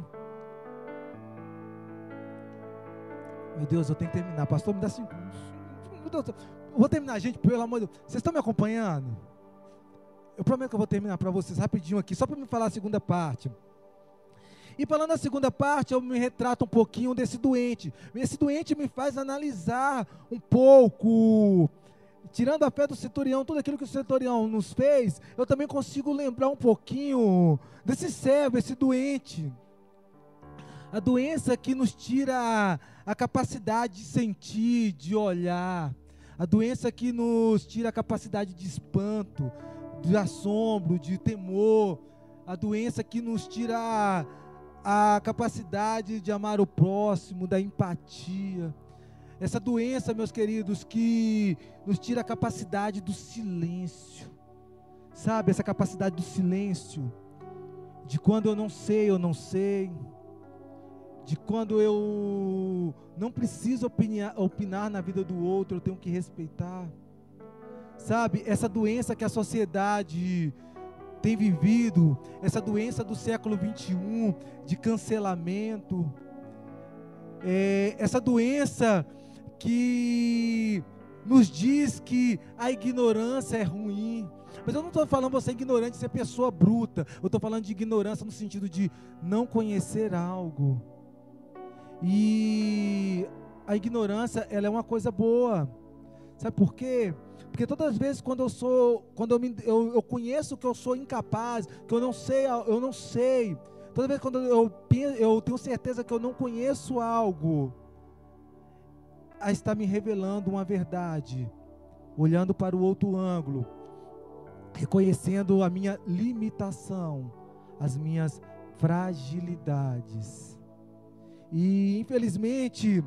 Meu Deus, eu tenho que terminar. Pastor, me dá 5 minutos. Eu vou terminar, gente, pelo amor de Deus. Vocês estão me acompanhando? Eu prometo que eu vou terminar para vocês rapidinho aqui, só para me falar a segunda parte. E falando a segunda parte, eu me retrato um pouquinho desse doente. Esse doente me faz analisar um pouco, tirando a fé do centurião, tudo aquilo que o centurião nos fez, eu também consigo lembrar um pouquinho desse servo, esse doente. A doença que nos tira a capacidade de sentir, de olhar. A doença que nos tira a capacidade de espanto, de assombro, de temor. A doença que nos tira a capacidade de amar o próximo, da empatia. Essa doença, meus queridos, que nos tira a capacidade do silêncio. Sabe, essa capacidade do silêncio, de quando eu não sei, de quando eu não preciso opinar na vida do outro, eu tenho que respeitar. Sabe, essa doença que a sociedade tem vivido, essa doença do século 21, de cancelamento, essa doença que nos diz que a ignorância é ruim. Mas eu não estou falando você ignorante, ser pessoa bruta. Eu estou falando de ignorância no sentido de não conhecer algo. E a ignorância, ela é uma coisa boa. Sabe por quê? Porque todas as vezes quando eu conheço que eu sou incapaz, que eu não sei. Toda vez quando eu tenho certeza que eu não conheço algo, a está me revelando uma verdade, olhando para o outro ângulo, reconhecendo a minha limitação, as minhas fragilidades. E infelizmente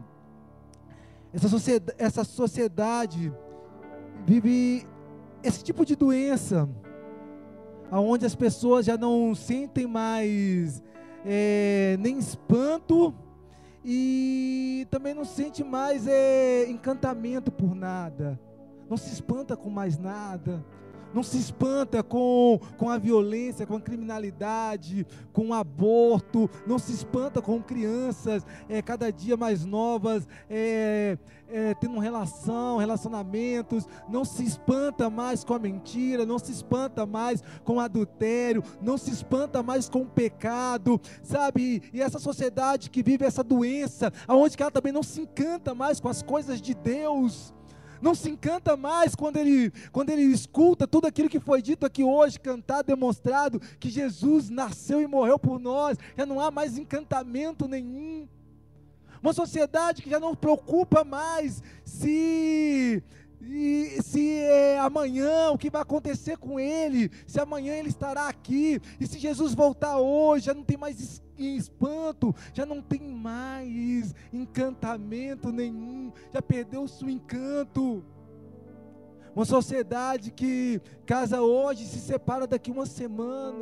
essa sociedade vive esse tipo de doença, aonde as pessoas já não sentem mais nem espanto, e também não sente mais encantamento por nada, não se espanta com mais nada, não se espanta com a violência, com a criminalidade, com o aborto, não se espanta com crianças cada dia mais novas, tendo relacionamentos, não se espanta mais com a mentira, não se espanta mais com o adultério, não se espanta mais com o pecado, sabe? E essa sociedade que vive essa doença, aonde que ela também não se encanta mais com as coisas de Deus, não se encanta mais quando ele escuta tudo aquilo que foi dito aqui hoje, cantado, demonstrado, que Jesus nasceu e morreu por nós, já não há mais encantamento nenhum. Uma sociedade que já não preocupa mais se amanhã, o que vai acontecer com ele, se amanhã ele estará aqui, e se Jesus voltar hoje, já não tem mais espanto, já não tem mais encantamento nenhum, já perdeu o seu encanto. Uma sociedade que casa hoje e se separa daqui uma semana.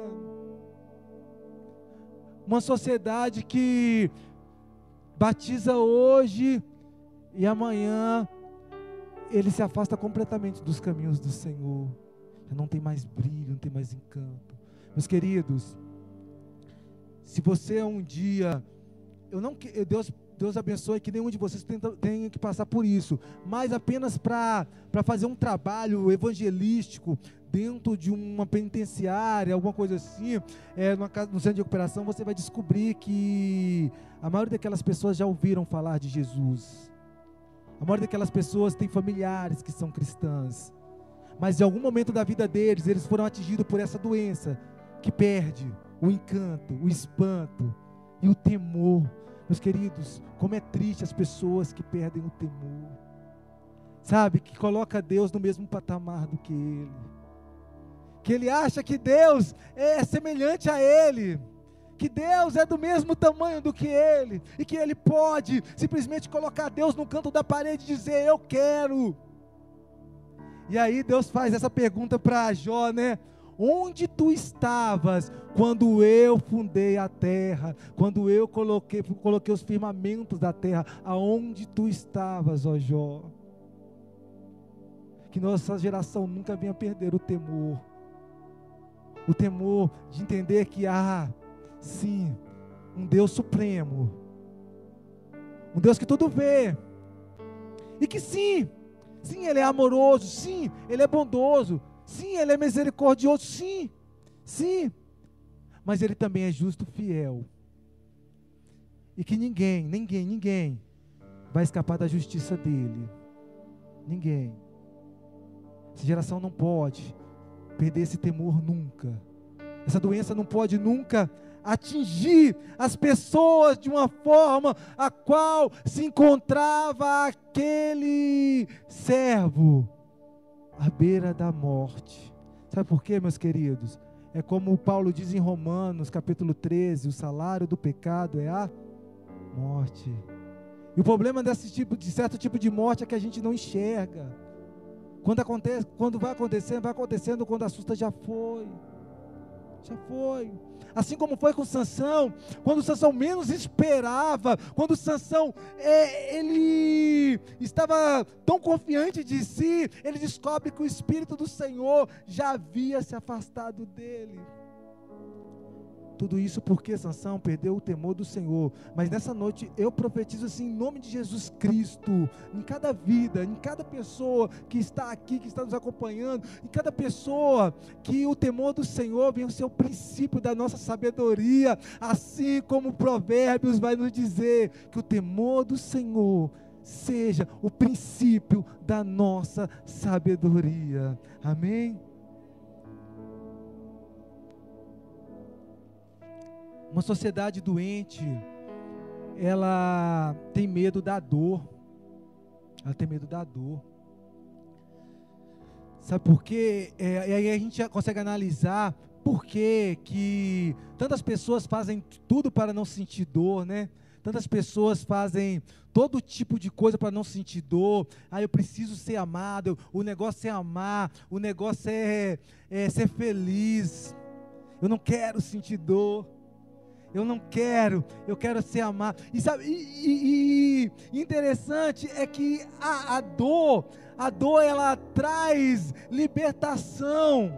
Uma sociedade que batiza hoje e amanhã ele se afasta completamente dos caminhos do Senhor. Já não tem mais brilho, não tem mais encanto. Meus queridos, se você um dia, Deus abençoe que nenhum de vocês tenha que passar por isso, mas apenas para fazer um trabalho evangelístico dentro de uma penitenciária, alguma coisa assim, no centro de recuperação, você vai descobrir que a maioria daquelas pessoas já ouviram falar de Jesus. A maioria daquelas pessoas tem familiares que são cristãs, mas em algum momento da vida deles, eles foram atingidos por essa doença, que perde o encanto, o espanto e o temor. Meus queridos, como é triste as pessoas que perdem o temor, sabe, que coloca Deus no mesmo patamar do que Ele, que ele acha que Deus é semelhante a Ele, que Deus é do mesmo tamanho do que Ele, e que Ele pode simplesmente colocar Deus no canto da parede e dizer, eu quero. E aí Deus faz essa pergunta para Jó, né? Onde tu estavas quando eu fundei a terra, quando eu coloquei os firmamentos da terra? Aonde tu estavas, ó Jó? Que nossa geração nunca venha perder o temor de entender que há, sim, um Deus supremo, um Deus que tudo vê, e que sim, Ele é amoroso, sim, Ele é bondoso, sim, Ele é misericordioso, sim, mas Ele também é justo, fiel, e que ninguém vai escapar da justiça dEle, ninguém. Essa geração não pode perder esse temor nunca, essa doença não pode nunca atingir as pessoas de uma forma a qual se encontrava aquele servo à beira da morte. Sabe por quê, meus queridos? É como Paulo diz em Romanos, capítulo 13, o salário do pecado é a morte. E o problema desse tipo, de certo tipo de morte é que a gente não enxerga. Quando vai acontecendo, quando assusta já foi. Já foi. Assim como foi com Sansão, quando Sansão menos esperava, quando Sansão ele estava tão confiante de si, ele descobre que o Espírito do Senhor já havia se afastado dele. Tudo isso porque Sansão perdeu o temor do Senhor. Mas nessa noite eu profetizo assim, em nome de Jesus Cristo, em cada vida, em cada pessoa que está aqui, que está nos acompanhando, em cada pessoa, que o temor do Senhor venha ser o princípio da nossa sabedoria, assim como Provérbios vai nos dizer, que o temor do Senhor seja o princípio da nossa sabedoria. Amém? Uma sociedade doente, ela tem medo da dor. Ela tem medo da dor. Sabe por quê? E aí a gente já consegue analisar por que tantas pessoas fazem tudo para não sentir dor, né? Tantas pessoas fazem todo tipo de coisa para não sentir dor. Eu preciso ser amado, o negócio é amar, o negócio é ser feliz. Eu não quero sentir dor. Eu não quero, eu quero ser amado. E sabe, interessante é que a dor ela traz libertação.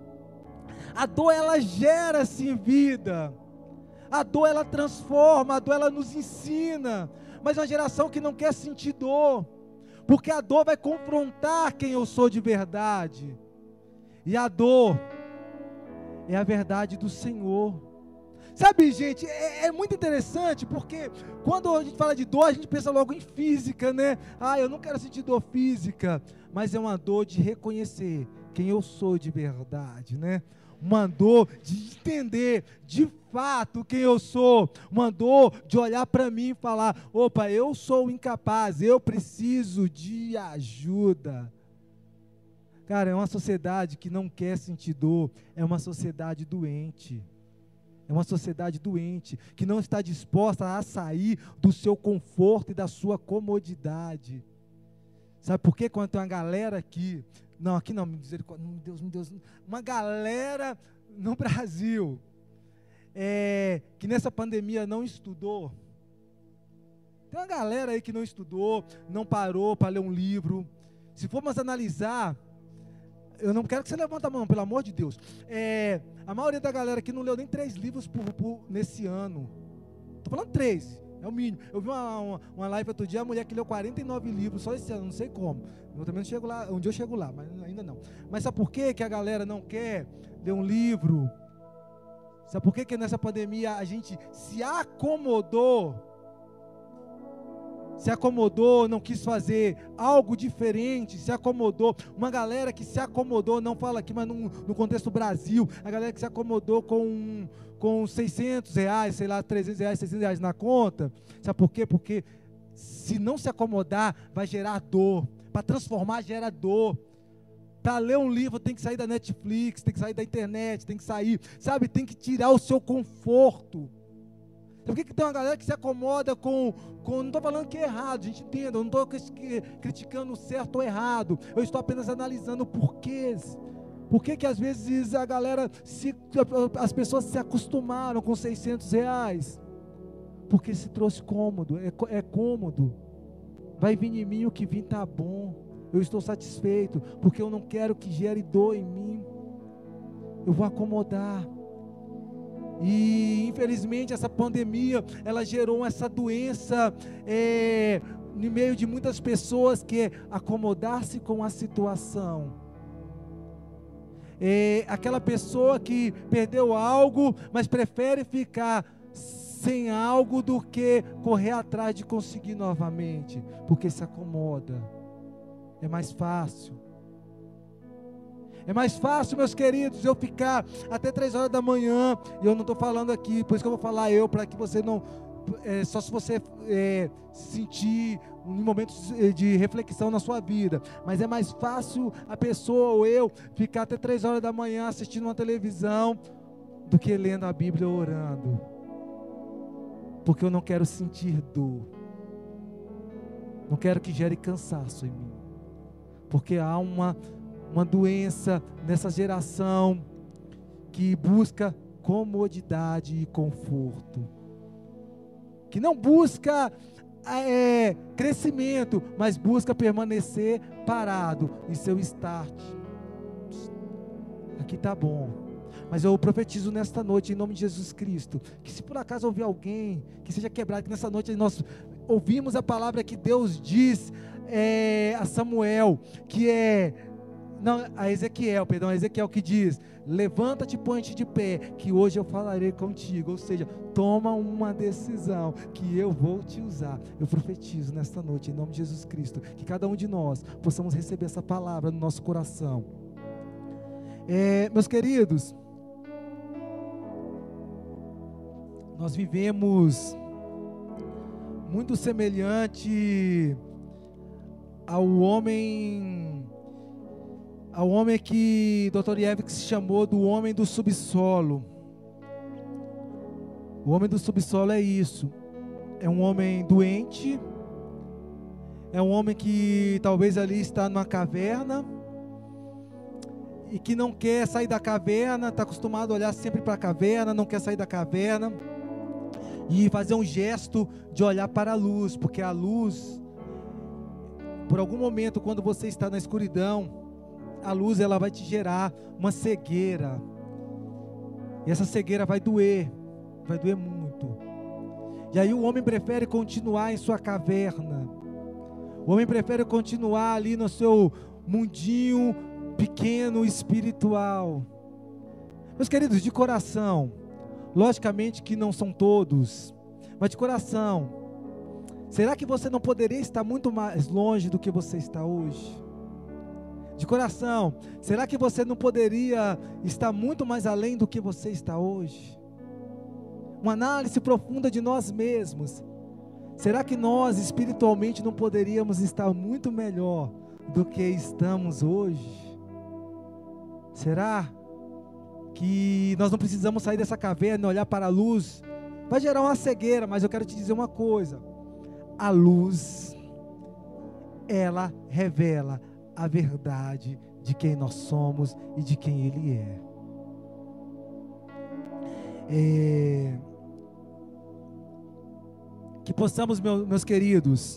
A dor ela gera assim vida. A dor ela transforma, a dor ela nos ensina. Mas uma geração que não quer sentir dor, porque a dor vai confrontar quem eu sou de verdade. E a dor é a verdade do Senhor. Sabe, gente, é muito interessante, porque quando a gente fala de dor, a gente pensa logo em física, né? Eu não quero sentir dor física, mas é uma dor de reconhecer quem eu sou de verdade, né? Uma dor de entender de fato quem eu sou, uma dor de olhar para mim e falar, opa, eu sou incapaz, eu preciso de ajuda. Cara, é uma sociedade que não quer sentir dor, é uma sociedade doente. É uma sociedade doente, que não está disposta a sair do seu conforto e da sua comodidade. Sabe por quê? Quando tem uma galera aqui, misericórdia, meu Deus, uma galera no Brasil, que nessa pandemia não estudou. Tem uma galera aí que não estudou, não parou para ler um livro. Se formos analisar, eu não quero que você levante a mão, pelo amor de Deus. A maioria da galera aqui não leu nem 3 livros nesse ano. Estou falando 3, é o mínimo. Eu vi uma live outro dia, a mulher que leu 49 livros só esse ano, não sei como. Eu também não chego lá, um dia eu chego lá, mas ainda não. Mas sabe por que a galera não quer ler um livro? Sabe por que nessa pandemia a gente se acomodou, não quis fazer algo diferente, se acomodou, uma galera que se acomodou, não fala aqui, mas no contexto Brasil, a galera que se acomodou com R$600, sei lá, R$300, R$600 na conta, sabe por quê? Porque se não se acomodar, vai gerar dor, para transformar gera dor. Para ler um livro tem que sair da Netflix, tem que sair da internet, tem que sair, sabe, tem que tirar o seu conforto. Por que tem uma galera que se acomoda com não estou falando que é errado, gente, entenda, eu não estou criticando o certo ou errado, eu estou apenas analisando porquês. Por que às vezes a galera, as pessoas se acostumaram com R$600? Porque se trouxe cômodo, é cômodo. Vai vir em mim o que vir está bom, eu estou satisfeito, porque eu não quero que gere dor em mim, eu vou acomodar. E infelizmente essa pandemia, ela gerou essa doença no meio de muitas pessoas, que é acomodar-se com a situação. Aquela pessoa que perdeu algo, mas prefere ficar sem algo do que correr atrás de conseguir novamente, porque se acomoda, é mais fácil. É mais fácil, meus queridos, eu ficar até 3 horas da manhã, e eu não estou falando aqui, por isso que eu vou falar para que você não só se você sentir em momentos de reflexão na sua vida. Mas é mais fácil a pessoa ou eu ficar até 3 horas da manhã assistindo uma televisão do que lendo a Bíblia ou orando. Porque eu não quero sentir dor. Não quero que gere cansaço em mim. Porque há uma doença nessa geração que busca comodidade e conforto. Que não busca crescimento, mas busca permanecer parado em seu start. Aqui está bom. Mas eu profetizo nesta noite, em nome de Jesus Cristo, que se por acaso houver alguém que seja quebrado, que nessa noite nós ouvimos a palavra que Deus diz a Samuel, a Ezequiel que diz: levanta-te e põe-te de pé, que hoje eu falarei contigo. Ou seja, toma uma decisão, que eu vou te usar. Eu profetizo nesta noite, em nome de Jesus Cristo, que cada um de nós possamos receber essa palavra no nosso coração. Meus queridos, nós vivemos muito semelhante ao homem que Dr. Yevix chamou do homem do subsolo. O homem do subsolo é isso. É um homem doente. É um homem que talvez ali está numa caverna e que não quer sair da caverna, está acostumado a olhar sempre para a caverna, não quer sair da caverna e fazer um gesto de olhar para a luz, porque a luz, por algum momento, quando você está na escuridão, a luz ela vai te gerar uma cegueira, e essa cegueira vai doer muito. E aí o homem prefere continuar em sua caverna, o homem prefere continuar ali no seu mundinho pequeno espiritual. Meus queridos, de coração, logicamente que não são todos, mas de coração, será que você não poderia estar muito mais longe do que você está hoje? De coração, será que você não poderia estar muito mais além do que você está hoje? Uma análise profunda de nós mesmos. Será que nós espiritualmente não poderíamos estar muito melhor do que estamos hoje? Será que nós não precisamos sair dessa caverna e olhar para a luz? Vai gerar uma cegueira, mas eu quero te dizer uma coisa: a luz, ela revela a verdade de quem nós somos e de quem Ele é. Que possamos, meus queridos,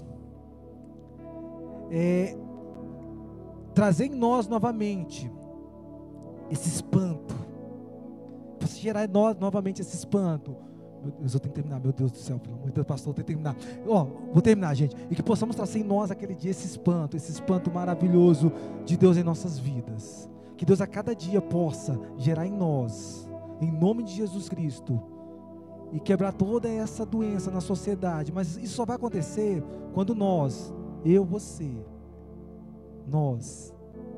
trazer em nós novamente esse espanto, você gerar em nós novamente esse espanto. Meu Deus, eu tenho que terminar, meu Deus do céu, pelo amor de Deus, pastor, eu tenho que terminar. Vou terminar, gente. E que possamos trazer em nós aquele dia esse espanto maravilhoso de Deus em nossas vidas. Que Deus a cada dia possa gerar em nós, em nome de Jesus Cristo, e quebrar toda essa doença na sociedade. Mas isso só vai acontecer quando nós, eu, você, nós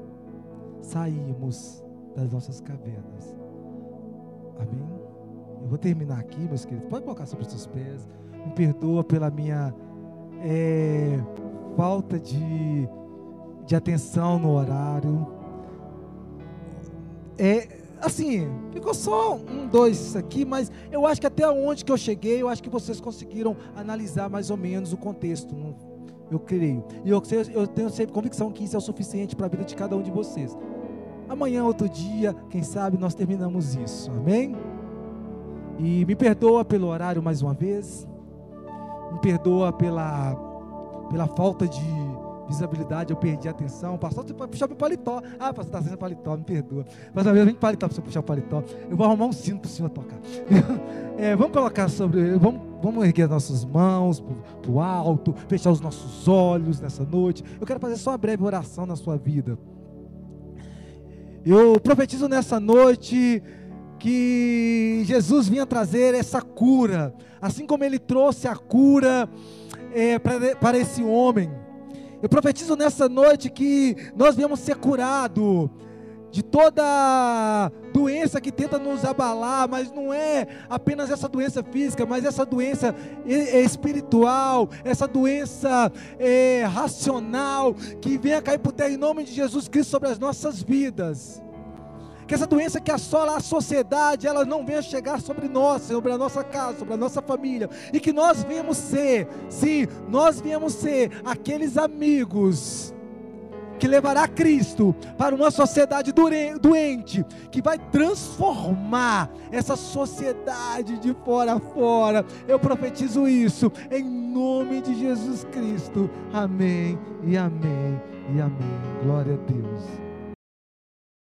saímos das nossas cavernas. Amém? Eu vou terminar aqui, meus queridos. Pode colocar sobre os seus pés. Me perdoa pela minha falta de atenção no horário. Assim, ficou só 2 aqui, mas eu acho que até onde que eu cheguei, eu acho que vocês conseguiram analisar mais ou menos o contexto. Eu creio. E eu tenho sempre convicção que isso é o suficiente para a vida de cada um de vocês. Amanhã, outro dia, quem sabe nós terminamos isso. Amém? E me perdoa pelo horário mais uma vez. Me perdoa pela falta de visibilidade, eu perdi a atenção. Pastor, você pode puxar meu paletó. Pastor, está sem paletó, me perdoa. Pastor, vem de paletó para você puxar o paletó. Eu vou arrumar um sino para o senhor tocar. Vamos colocar vamos erguer as nossas mãos para o alto, fechar os nossos olhos nessa noite. Eu quero fazer só uma breve oração na sua vida. Eu profetizo nessa noite que Jesus vinha trazer essa cura, assim como Ele trouxe a cura para esse homem. Eu profetizo nessa noite que nós viemos ser curados, de toda doença que tenta nos abalar, mas não é apenas essa doença física, mas essa doença espiritual, essa doença racional, que venha cair por terra em nome de Jesus Cristo sobre as nossas vidas. Que essa doença que assola a sociedade, ela não venha chegar sobre nós, sobre a nossa casa, sobre a nossa família, e que nós venhamos ser, sim, nós venhamos ser aqueles amigos que levará Cristo para uma sociedade doente, que vai transformar essa sociedade de fora a fora. Eu profetizo isso em nome de Jesus Cristo. Amém e amém e amém. Glória a Deus.